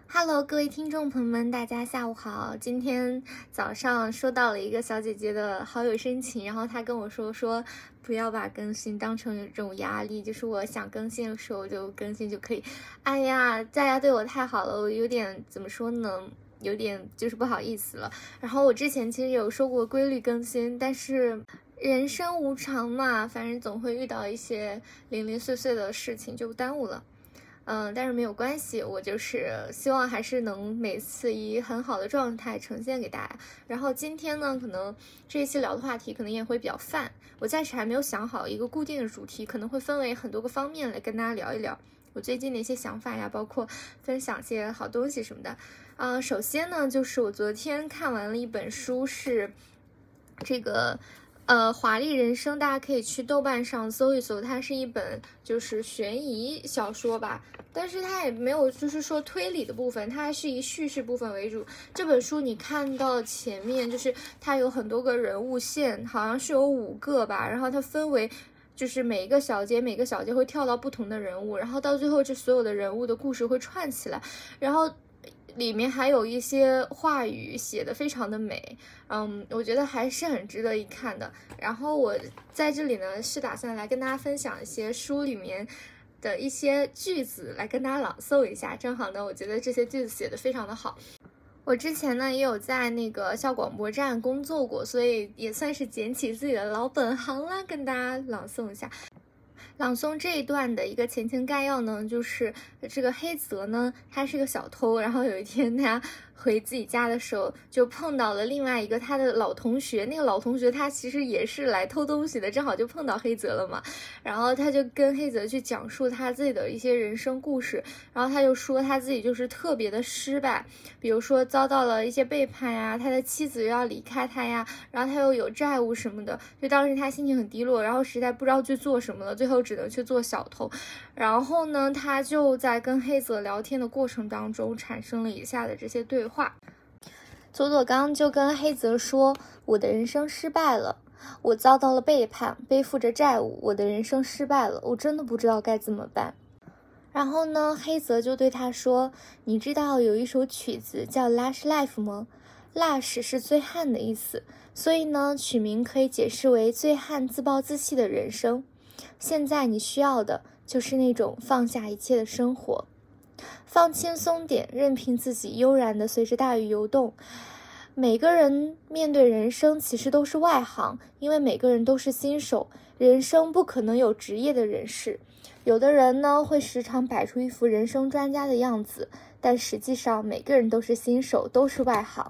Hello，各位听众朋友们，大家下午好。今天早上收到了一个小姐姐的好友申请，然后她跟我说不要把更新当成有这种压力，就是我想更新的时候就更新就可以。哎呀，大家对我太好了，我有点怎么说呢？有点就是不好意思了。然后我之前其实有说过规律更新，但是人生无常嘛，反正总会遇到一些零零碎碎的事情，就耽误了。但是没有关系，我就是希望还是能每次以很好的状态呈现给大家。然后今天呢，可能这一期聊的话题可能也会比较泛，我暂时还没有想好一个固定的主题，可能会分为很多个方面来跟大家聊一聊我最近的一些想法呀，包括分享些好东西什么的。首先呢，就是我昨天看完了一本书，是这个华丽人生，大家可以去豆瓣上搜一搜，它是一本就是悬疑小说吧，但是它也没有就是说推理的部分，它还是以叙事部分为主。这本书你看到前面就是它有很多个人物线，好像是有5个吧，然后它分为就是每一个小节会跳到不同的人物，然后到最后这所有的人物的故事会串起来，然后里面还有一些话语写得非常的美，我觉得还是很值得一看的。然后我在这里呢是打算来跟大家分享一些书里面的一些句子，来跟大家朗诵一下。正好呢，我觉得这些句子写得非常的好。我之前呢也有在那个校广播站工作过，所以也算是捡起自己的老本行啦，跟大家朗诵一下。朗诵这一段的一个前情概要呢，就是这个黑泽呢，他是个小偷，然后有一天他回自己家的时候，就碰到了另外一个他的老同学，那个老同学他其实也是来偷东西的，正好就碰到黑泽了嘛，然后他就跟黑泽去讲述他自己的一些人生故事，然后他就说他自己就是特别的失败，比如说遭到了一些背叛呀，他的妻子又要离开他呀，然后他又有债务什么的，就当时他心情很低落，然后实在不知道去做什么了，最后只能去做小偷。然后呢，他就在跟黑泽聊天的过程当中产生了以下的这些对话。佐佐刚就跟黑泽说，我的人生失败了，我遭到了背叛，背负着债务，我的人生失败了，我真的不知道该怎么办。然后呢，黑泽就对他说，你知道有一首曲子叫 Lush Life 吗？ Lush 是醉汉的意思，所以呢，曲名可以解释为醉汉自暴自弃的人生。现在你需要的就是那种放下一切的生活，放轻松点，任凭自己悠然地随着大雨游动。每个人面对人生其实都是外行，因为每个人都是新手，人生不可能有职业的人士。有的人呢会时常摆出一副人生专家的样子，但实际上每个人都是新手，都是外行。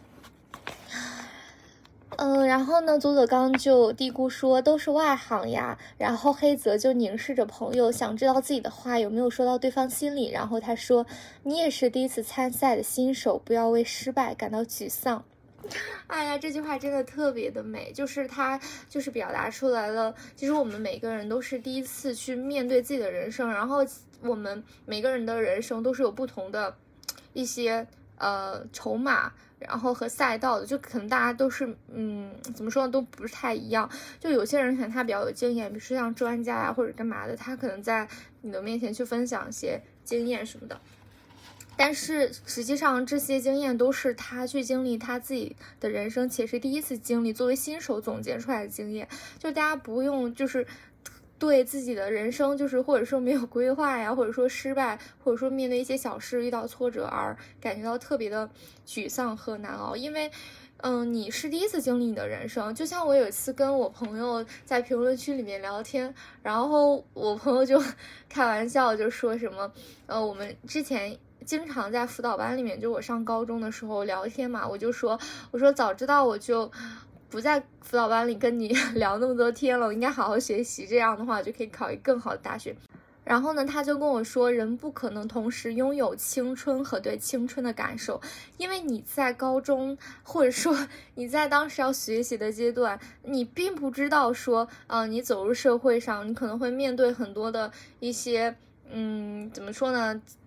然后呢，佐佐刚就嘀咕说都是外行呀，然后黑泽就凝视着朋友，想知道自己的话有没有说到对方心里，然后他说，你也是第一次参赛的新手，不要为失败感到沮丧。哎呀，这句话真的特别的美，就是它就是表达出来了，其实我们每个人都是第一次去面对自己的人生，然后我们每个人的人生都是有不同的一些筹码，然后和赛道的，就可能大家都是怎么说呢，都不是太一样。就有些人可能他比较有经验，比如说像专家呀或者干嘛的，他可能在你的面前去分享一些经验什么的，但是实际上这些经验都是他去经历他自己的人生，且是第一次经历，作为新手总结出来的经验。就大家不用就是对自己的人生就是或者说没有规划呀，或者说失败，或者说面对一些小事遇到挫折而感觉到特别的沮丧和难熬，因为你是第一次经历你的人生。就像我有一次跟我朋友在评论区里面聊天，然后我朋友就开玩笑就说什么我们之前经常在辅导班里面，就我上高中的时候聊天嘛，我说早知道我就不在辅导班里跟你聊那么多天了，我应该好好学习，这样的话我就可以考一更好的大学。然后呢，他就跟我说，人不可能同时拥有青春和对青春的感受，因为你在高中，或者说你在当时要学习的阶段，你并不知道说，你走入社会上，你可能会面对很多的一些，怎么说呢？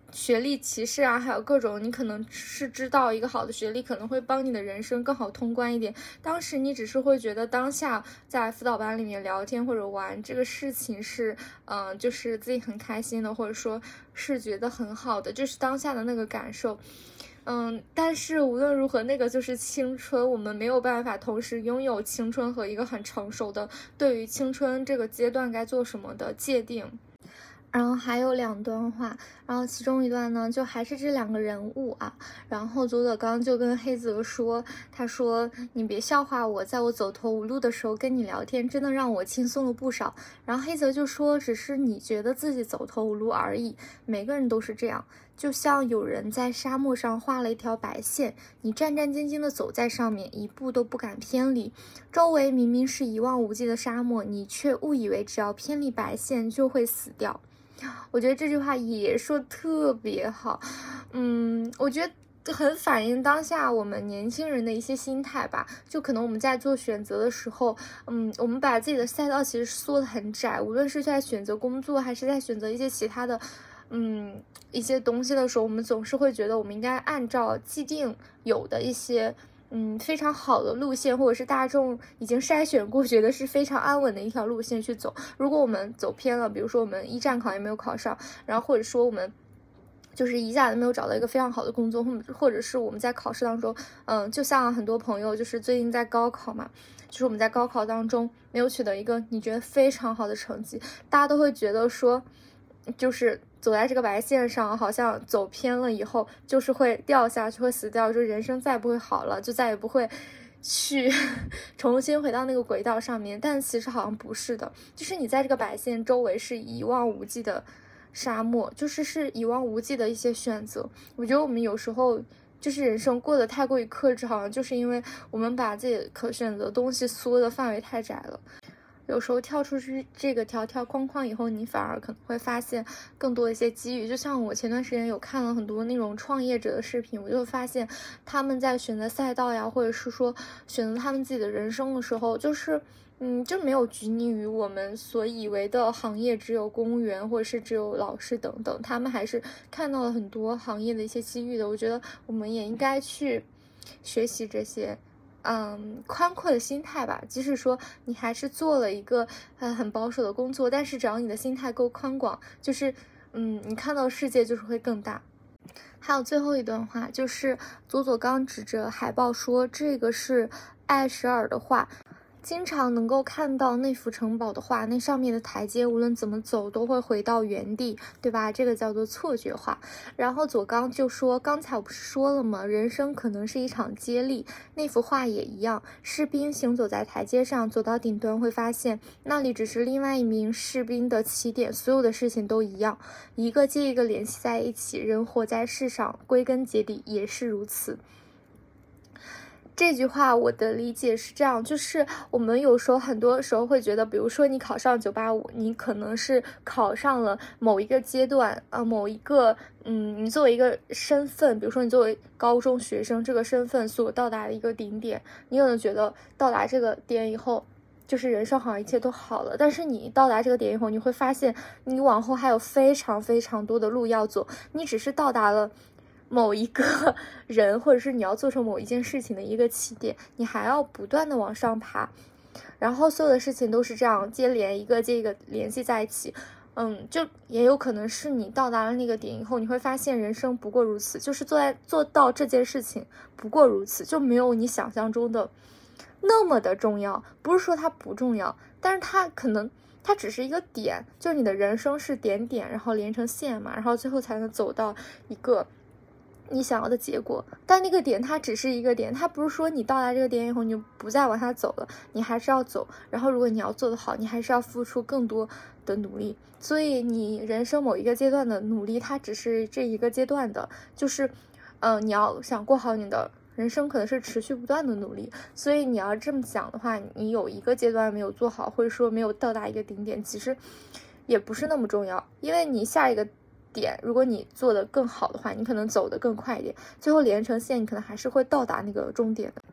学历歧视啊，还有各种，你可能是知道一个好的学历可能会帮你的人生更好通关一点。当时你只是会觉得当下在辅导班里面聊天或者玩这个事情是，就是自己很开心的，或者说是觉得很好的，就是当下的那个感受。但是无论如何，那个就是青春，我们没有办法同时拥有青春和一个很成熟的对于青春这个阶段该做什么的界定。然后还有2段话，然后其中一段呢，就还是这2个人物啊。然后佐佐刚就跟黑泽说，他说你别笑话我，在我走投无路的时候跟你聊天，真的让我轻松了不少。然后黑泽就说，只是你觉得自己走投无路而已，每个人都是这样。就像有人在沙漠上画了一条白线，你战战兢兢地走在上面，一步都不敢偏离。周围明明是一望无际的沙漠，你却误以为只要偏离白线就会死掉。我觉得这句话也说特别好，我觉得很反映当下我们年轻人的一些心态吧。就可能我们在做选择的时候，我们把自己的赛道其实缩得很窄，无论是在选择工作还是在选择一些其他的一些东西的时候，我们总是会觉得我们应该按照既定有的一些非常好的路线，或者是大众已经筛选过，觉得是非常安稳的一条路线去走。如果我们走偏了，比如说我们一战考也没有考上，然后或者说我们就是一下子没有找到一个非常好的工作，或者是我们在考试当中，就像很多朋友就是最近在高考嘛，就是我们在高考当中没有取得一个你觉得非常好的成绩，大家都会觉得说，就是走在这个白线上，好像走偏了以后就是会掉下去，会死掉，就人生再也不会好了，就再也不会去重新回到那个轨道上面。但其实好像不是的，就是你在这个白线周围是一望无际的沙漠，是一望无际的一些选择。我觉得我们有时候就是人生过得太过于克制，好像就是因为我们把自己可选择的东西缩的范围太窄了。有时候跳出去这个条条框框以后，你反而可能会发现更多的一些机遇。就像我前段时间有看了很多那种创业者的视频，我就发现他们在选择赛道呀，或者是说选择他们自己的人生的时候，就是就没有拘泥于我们所以为的行业只有公务员或者是只有老师等等，他们还是看到了很多行业的一些机遇的。我觉得我们也应该去学习这些宽阔的心态吧。即使说你还是做了一个很保守的工作，但是只要你的心态够宽广，就是你看到世界就是会更大。还有最后一段话，就是佐佐刚指着海报说，这个是艾舍尔的画。经常能够看到那幅城堡的画，那上面的台阶无论怎么走都会回到原地，对吧？这个叫做错觉画。然后佐刚就说，刚才我不是说了吗？人生可能是一场接力，那幅画也一样。士兵行走在台阶上，走到顶端会发现，那里只是另外一名士兵的起点，所有的事情都一样，一个接一个联系在一起。人活在世上，归根结底也是如此。这句话我的理解是这样，就是我们有时候很多时候会觉得，比如说你考上985，你可能是考上了某一个阶段某一个你作为一个身份，比如说你作为高中学生这个身份所到达的一个顶点，你可能觉得到达这个点以后就是人生好像一切都好了。但是你到达这个点以后，你会发现你往后还有非常非常多的路要走，你只是到达了某一个人，或者是你要做成某一件事情的一个起点，你还要不断的往上爬。然后所有的事情都是这样接连一个接一个联系在一起。就也有可能是你到达了那个点以后，你会发现人生不过如此，就是做到这件事情不过如此，就没有你想象中的那么的重要。不是说它不重要，但是它只是一个点，就是你的人生是点点然后连成线嘛，然后最后才能走到一个你想要的结果。但那个点它只是一个点，它不是说你到达这个点以后你就不再往下走了，你还是要走。然后如果你要做得好，你还是要付出更多的努力。所以你人生某一个阶段的努力，它只是这一个阶段的，就是你要想过好你的人生，可能是持续不断的努力。所以你要这么想的话，你有一个阶段没有做好，或者说没有到达一个顶点，其实也不是那么重要。因为你下一个点，如果你做得更好的话，你可能走得更快一点，最后连成线，你可能还是会到达那个终点的。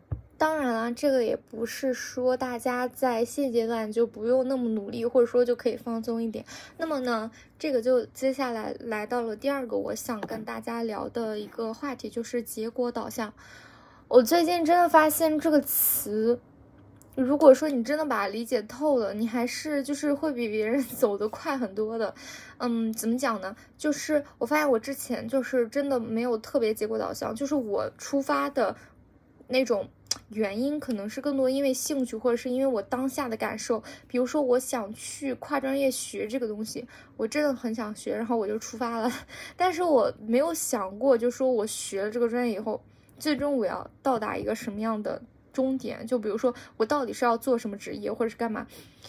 当然了，这个也不是说大家在现阶段就不用那么努力，或者说就可以放松一点。那么呢，这个就接下来来到了第二个我想跟大家聊的一个话题，就是结果导向。我最近真的发现这个词，如果说你真的把它理解透了，你还是就是会比别人走得快很多的。怎么讲呢？就是我发现我之前就是真的没有特别结果导向，就是我出发的那种原因可能是更多因为兴趣，或者是因为我当下的感受。比如说我想去跨专业学这个东西，我真的很想学，然后我就出发了。但是我没有想过，就说我学了这个专业以后，最终我要到达一个什么样的终点，就比如说我到底是要做什么职业，或者是干嘛。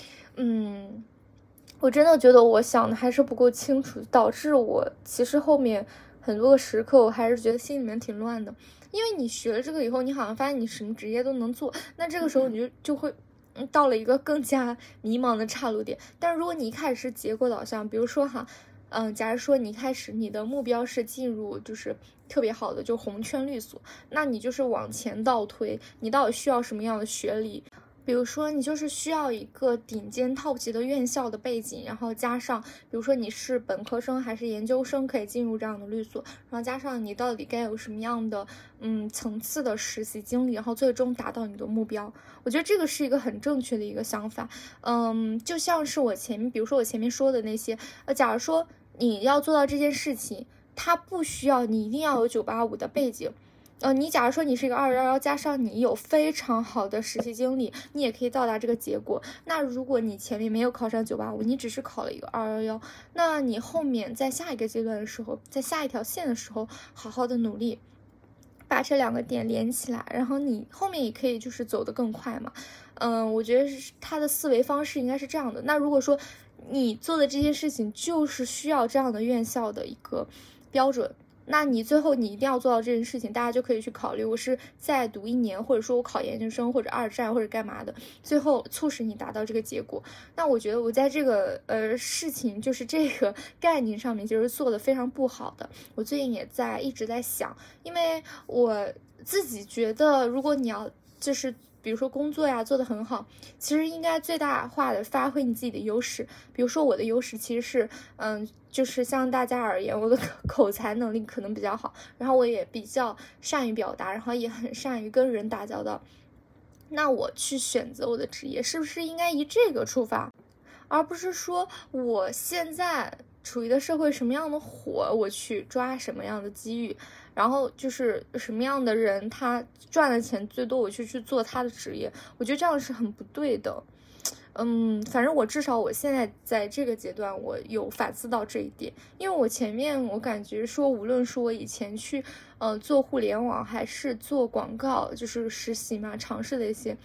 我真的觉得我想的还是不够清楚，导致我其实后面很多个时刻我还是觉得心里面挺乱的。因为你学了这个以后，你好像发现你什么职业都能做，那这个时候你就会到了一个更加迷茫的岔路点。但是如果你一开始是结果导向，比如说假如说你一开始你的目标是进入就是特别好的就红圈律所，那你就是往前倒推，你到底需要什么样的学历？比如说你就是需要一个顶尖套级的院校的背景，然后加上比如说你是本科生还是研究生可以进入这样的律所，然后加上你到底该有什么样的层次的实习经历，然后最终达到你的目标。我觉得这个是一个很正确的一个想法。就像是比如说我前面说的那些，假如说你要做到这件事情，它不需要你一定要有985的背景。你假如说你是一个211，加上你有非常好的实习经历，你也可以到达这个结果。那如果你前面没有考上985，你只是考了一个211，那你后面在下一个阶段的时候，在下一条线的时候，好好的努力，把这两个点连起来，然后你后面也可以就是走得更快嘛。我觉得他的思维方式应该是这样的。那如果说你做的这件事情就是需要这样的院校的一个标准，那你最后你一定要做到这件事情，大家就可以去考虑，我是再读1年，或者说我考研究生或者2战或者干嘛的，最后促使你达到这个结果。那我觉得我在这个事情就是这个概念上面就是做的非常不好的。我最近也一直在想，因为我自己觉得如果你要就是比如说工作呀做得很好，其实应该最大化的发挥你自己的优势。比如说我的优势其实是就是向大家而言，我的口才能力可能比较好，然后我也比较善于表达，然后也很善于跟人打交道。那我去选择我的职业，是不是应该以这个出发，而不是说我现在处于的社会什么样的火，我去抓什么样的机遇，然后就是什么样的人他赚的钱最多，我去做他的职业。我觉得这样是很不对的。反正至少我现在在这个阶段，我有反思到这一点。因为我前面我感觉说，无论是我以前去做互联网还是做广告，就是实习嘛，尝试的一些，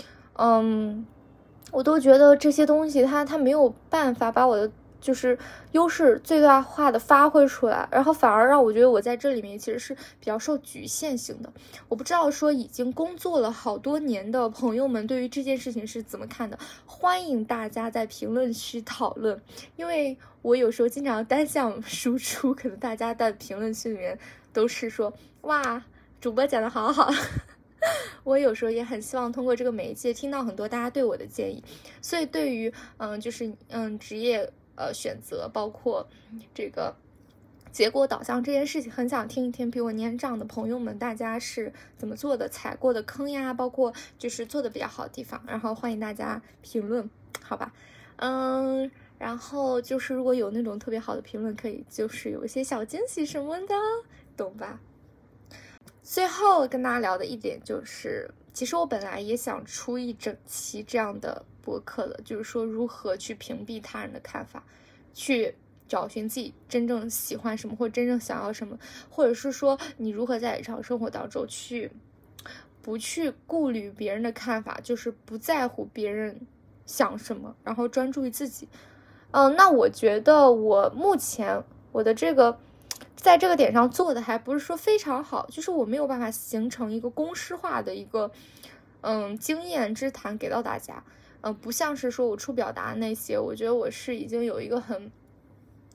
我都觉得这些东西它没有办法把我的就是优势最大化的发挥出来，然后反而让我觉得我在这里面其实是比较受局限性的。我不知道说已经工作了好多年的朋友们对于这件事情是怎么看的，欢迎大家在评论区讨论。因为我有时候经常单向输出，可能大家在评论区里面都是说哇，主播讲的好好。我有时候也很希望通过这个媒介听到很多大家对我的建议。所以对于职业选择，包括这个结果导向这件事情，很想听一听比我年长的朋友们大家是怎么做的，踩过的坑呀，包括就是做的比较好的地方，然后欢迎大家评论，好吧。然后就是如果有那种特别好的评论，可以就是有一些小惊喜什么的，懂吧。最后跟大家聊的一点就是，其实我本来也想出一整期这样的播客的，就是说如何去屏蔽他人的看法，去找寻自己真正喜欢什么或者真正想要什么，或者是说你如何在日常生活当中不去顾虑别人的看法，就是不在乎别人想什么，然后专注于自己。那我觉得我目前我的这个在这个点上做的还不是说非常好，就是我没有办法形成一个公式化的一个经验之谈给到大家。不像是说我初表达那些，我觉得我是已经有一个很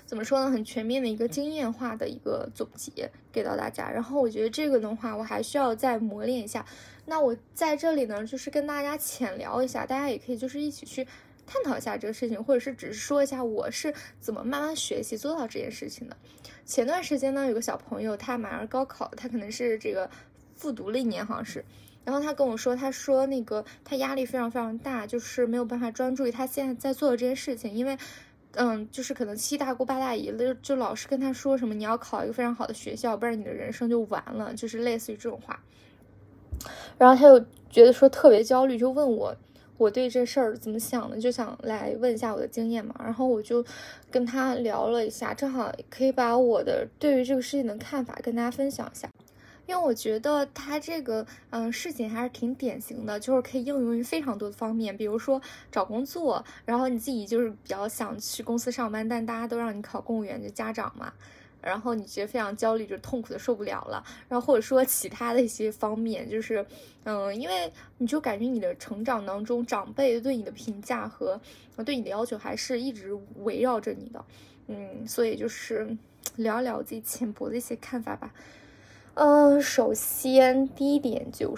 怎么说呢，很全面的一个经验化的一个总结给到大家。然后我觉得这个的话，我还需要再磨练一下。那我在这里呢，就是跟大家浅聊一下，大家也可以就是一起去探讨一下这个事情，或者是只是说一下我是怎么慢慢学习做到这件事情的。前段时间呢，有个小朋友他马上高考，他可能是这个复读了1年，好像是。然后他跟我说，他说那个他压力非常非常大，就是没有办法专注于他现在在做的这件事情，因为就是可能7大姑8大姨了，就老是跟他说什么你要考一个非常好的学校，不然你的人生就完了，就是类似于这种话。然后他又觉得说特别焦虑，就问我对这事儿怎么想的，就想来问一下我的经验嘛。然后我就跟他聊了一下，正好可以把我的对于这个事情的看法跟大家分享一下。因为我觉得他这个事情还是挺典型的，就是可以应用于非常多的方面，比如说找工作，然后你自己就是比较想去公司上班，但大家都让你考公务员，就家长嘛，然后你觉得非常焦虑，就痛苦的受不了了，然后或者说其他的一些方面，就是因为你就感觉你的成长当中，长辈对你的评价和对你的要求还是一直围绕着你的，所以就是聊一聊自己浅薄的一些看法吧。首先第一点就是，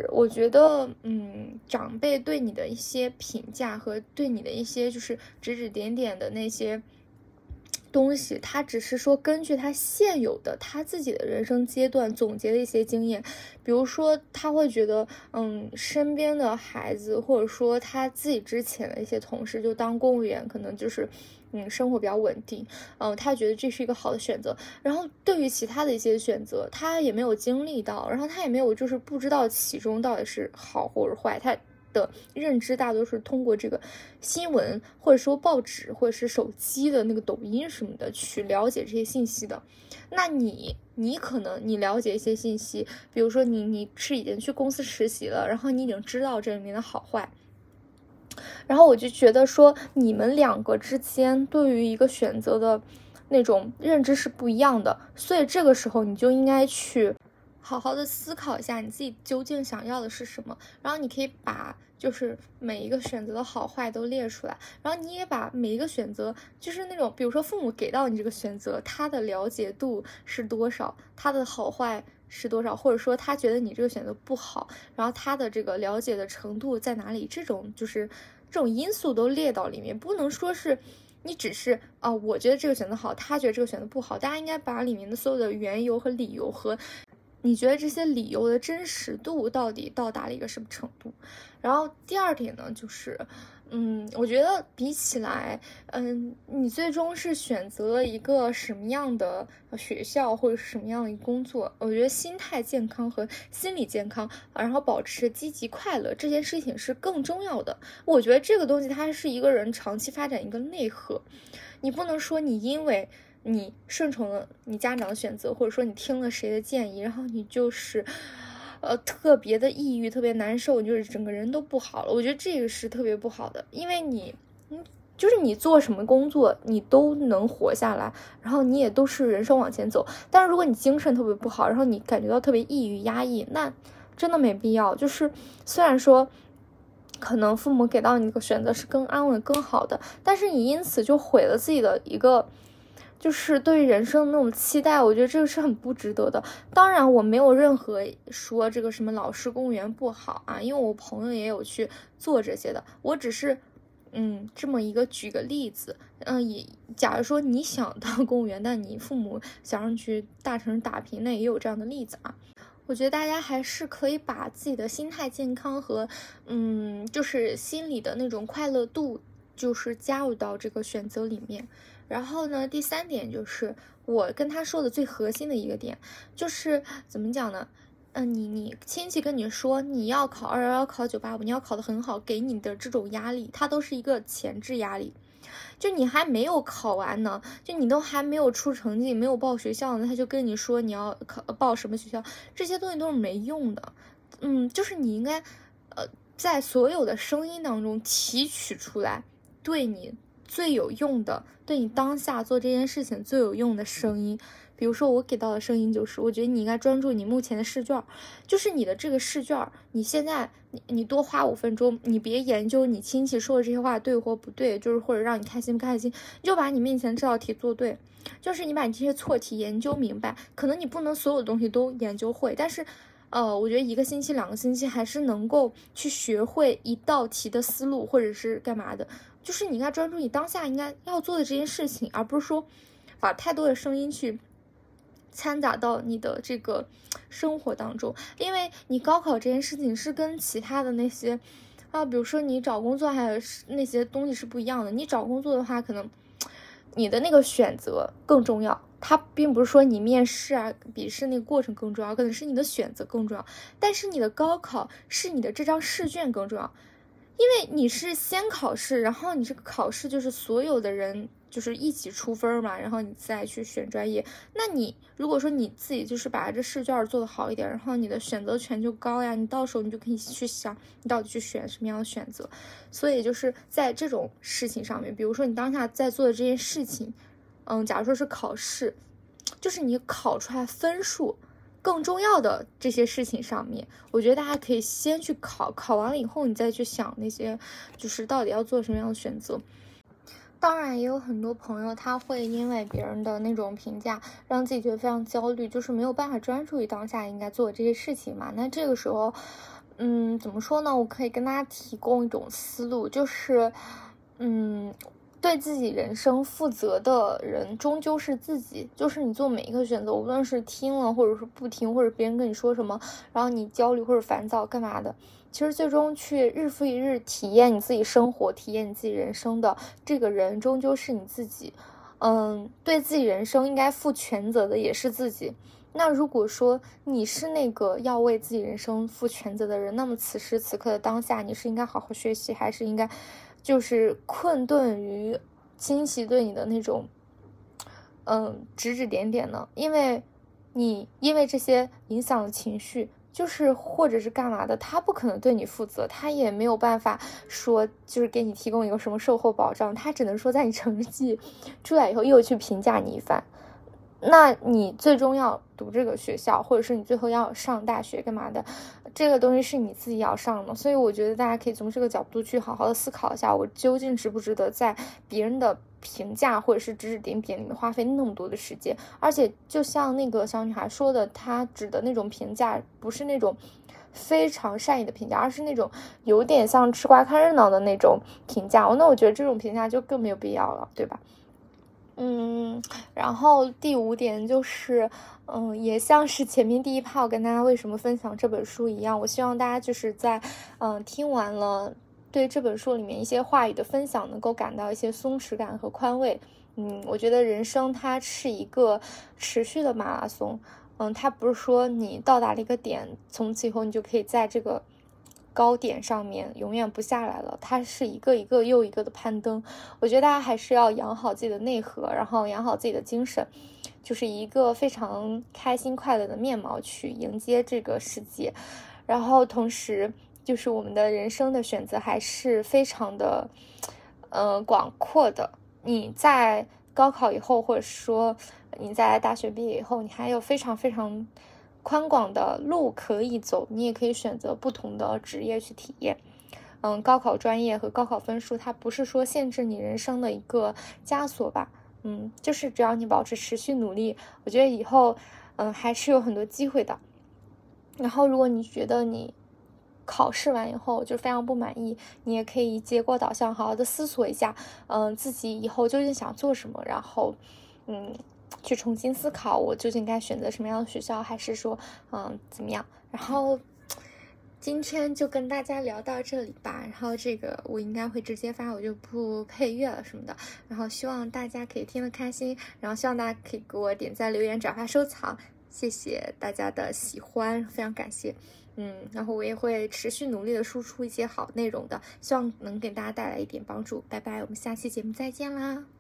我觉得，长辈对你的一些评价和对你的一些就是指指点点的那些东西，他只是说根据他现有的他自己的人生阶段总结的一些经验，比如说他会觉得，身边的孩子或者说他自己之前的一些同事就当公务员，可能就是生活比较稳定，他觉得这是一个好的选择。然后对于其他的一些选择，他也没有经历到，然后他也没有就是不知道其中到底是好或者坏，他的认知大多是通过这个新闻或者说报纸或者是手机的那个抖音什么的去了解这些信息的。那你可能你了解一些信息，比如说你是已经去公司实习了，然后你已经知道这里面的好坏，然后我就觉得说你们两个之间对于一个选择的那种认知是不一样的，所以这个时候你就应该去好好的思考一下你自己究竟想要的是什么，然后你可以把就是每一个选择的好坏都列出来，然后你也把每一个选择就是那种比如说父母给到你这个选择他的了解度是多少，他的好坏是多少，或者说他觉得你这个选择不好，然后他的这个了解的程度在哪里，这种因素都列到里面，不能说是你只是我觉得这个选择好，他觉得这个选择不好，大家应该把里面的所有的缘由和理由和你觉得这些理由的真实度到底到达了一个什么程度。然后第二点呢，就是我觉得比起来你最终是选择了一个什么样的学校或者是什么样的一个工作，我觉得心态健康和心理健康，然后保持积极快乐这件事情是更重要的。我觉得这个东西它是一个人长期发展一个内核，你不能说你因为你顺从了你家长的选择，或者说你听了谁的建议，然后你就是特别的抑郁，特别难受，就是整个人都不好了。我觉得这个是特别不好的，因为就是你做什么工作你都能活下来，然后你也都是人生往前走。但是如果你精神特别不好，然后你感觉到特别抑郁压抑，那真的没必要。就是虽然说可能父母给到你一个选择是更安稳更好的，但是你因此就毁了自己的一个就是对于人生的那种期待，我觉得这个是很不值得的。当然我没有任何说这个什么老师公务员不好啊，因为我朋友也有去做这些的，我只是这么一个举个例子，也假如说你想当公务员，但你父母想让你去大城市打拼，那也有这样的例子啊。我觉得大家还是可以把自己的心态健康和就是心理的那种快乐度就是加入到这个选择里面。然后呢，第三点就是我跟他说的最核心的一个点，就是怎么讲呢？你亲戚跟你说你要考211考985，你要考得很好，给你的这种压力，它都是一个前置压力。就你还没有考完呢，就你都还没有出成绩，没有报学校呢，他就跟你说你要报什么学校，这些东西都是没用的。就是你应该在所有的声音当中提取出来对你最有用的，对你当下做这件事情最有用的声音， 比如说我给到的声音就是，我觉得你应该专注你目前的试卷，就是你的这个试卷，你现在你多花5分钟，你别研究你亲戚说的这些话对或不对，就是或者让你开心不开心，你就把你面前这道题做对，就是你把你这些错题研究明白，可能你不能所有的东西都研究会，但是我觉得1个星期2个星期还是能够去学会一道题的思路或者是干嘛的，就是你应该专注你当下应该要做的这件事情，而不是说把太多的声音去掺杂到你的这个生活当中。因为你高考这件事情是跟其他的那些比如说你找工作还有那些东西是不一样的。你找工作的话，可能你的那个选择更重要，它并不是说你面试笔试那个过程更重要，可能是你的选择更重要。但是你的高考是你的这张试卷更重要，因为你是先考试，然后你这个考试就是所有的人就是一起出分嘛，然后你再去选专业。那你如果说你自己就是把这试卷做得好一点，然后你的选择权就高呀，你到时候你就可以去想你到底去选什么样的选择。所以就是在这种事情上面，比如说你当下在做的这件事情，假如说是考试，就是你考出来分数更重要的这些事情上面，我觉得大家可以先去考完了以后，你再去想那些就是到底要做什么样的选择。当然也有很多朋友他会因为别人的那种评价让自己觉得非常焦虑，就是没有办法专注于当下应该做的这些事情嘛。那这个时候怎么说呢，我可以跟大家提供一种思路，就是对自己人生负责的人终究是自己，就是你做每一个选择，无论是听了或者是不听，或者别人跟你说什么，然后你焦虑或者烦躁干嘛的，其实最终去日复一日体验你自己生活，体验你自己人生的这个人终究是你自己。对自己人生应该负全责的也是自己。那如果说你是那个要为自己人生负全责的人，那么此时此刻的当下，你是应该好好学习，还是应该就是困顿于亲戚对你的那种指指点点呢？因为这些影响的情绪，就是或者是干嘛的，他不可能对你负责，他也没有办法说就是给你提供一个什么售后保障，他只能说在你成绩出来以后又去评价你一番。那你最终要读这个学校，或者是你最后要上大学干嘛的，这个东西是你自己要上的。所以我觉得大家可以从这个角度去好好的思考一下，我究竟值不值得在别人的评价或者是指指点点里面花费那么多的时间。而且就像那个小女孩说的，她指的那种评价不是那种非常善意的评价，而是那种有点像吃瓜看热闹的那种评价。那我觉得这种评价就更没有必要了，对吧？然后第5点就是，也像是前面第1 part 我跟大家为什么分享这本书一样，我希望大家就是在听完了对这本书里面一些话语的分享，能够感到一些松弛感和宽慰。我觉得人生它是一个持续的马拉松，它不是说你到达了一个点，从此以后你就可以在这个高点上面永远不下来了，它是一个一个又一个的攀登。我觉得大家还是要养好自己的内核，然后养好自己的精神，就是一个非常开心快乐的面貌去迎接这个世界。然后同时就是我们的人生的选择还是非常的广阔的。你在高考以后，或者说你在大学毕业以后，你还有非常非常宽广的路可以走，你也可以选择不同的职业去体验。高考专业和高考分数它不是说限制你人生的一个枷锁吧，就是只要你保持持续努力，我觉得以后还是有很多机会的。然后如果你觉得你考试完以后就非常不满意，你也可以结果导向好好的思索一下，自己以后究竟想做什么，然后去重新思考我究竟该选择什么样的学校，还是说怎么样。然后今天就跟大家聊到这里吧，然后这个我应该会直接发，我就不配乐了什么的。然后希望大家可以听得开心，然后希望大家可以给我点赞、留言、转发、收藏，谢谢大家的喜欢，非常感谢。然后我也会持续努力的输出一些好内容的，希望能给大家带来一点帮助。拜拜，我们下期节目再见啦。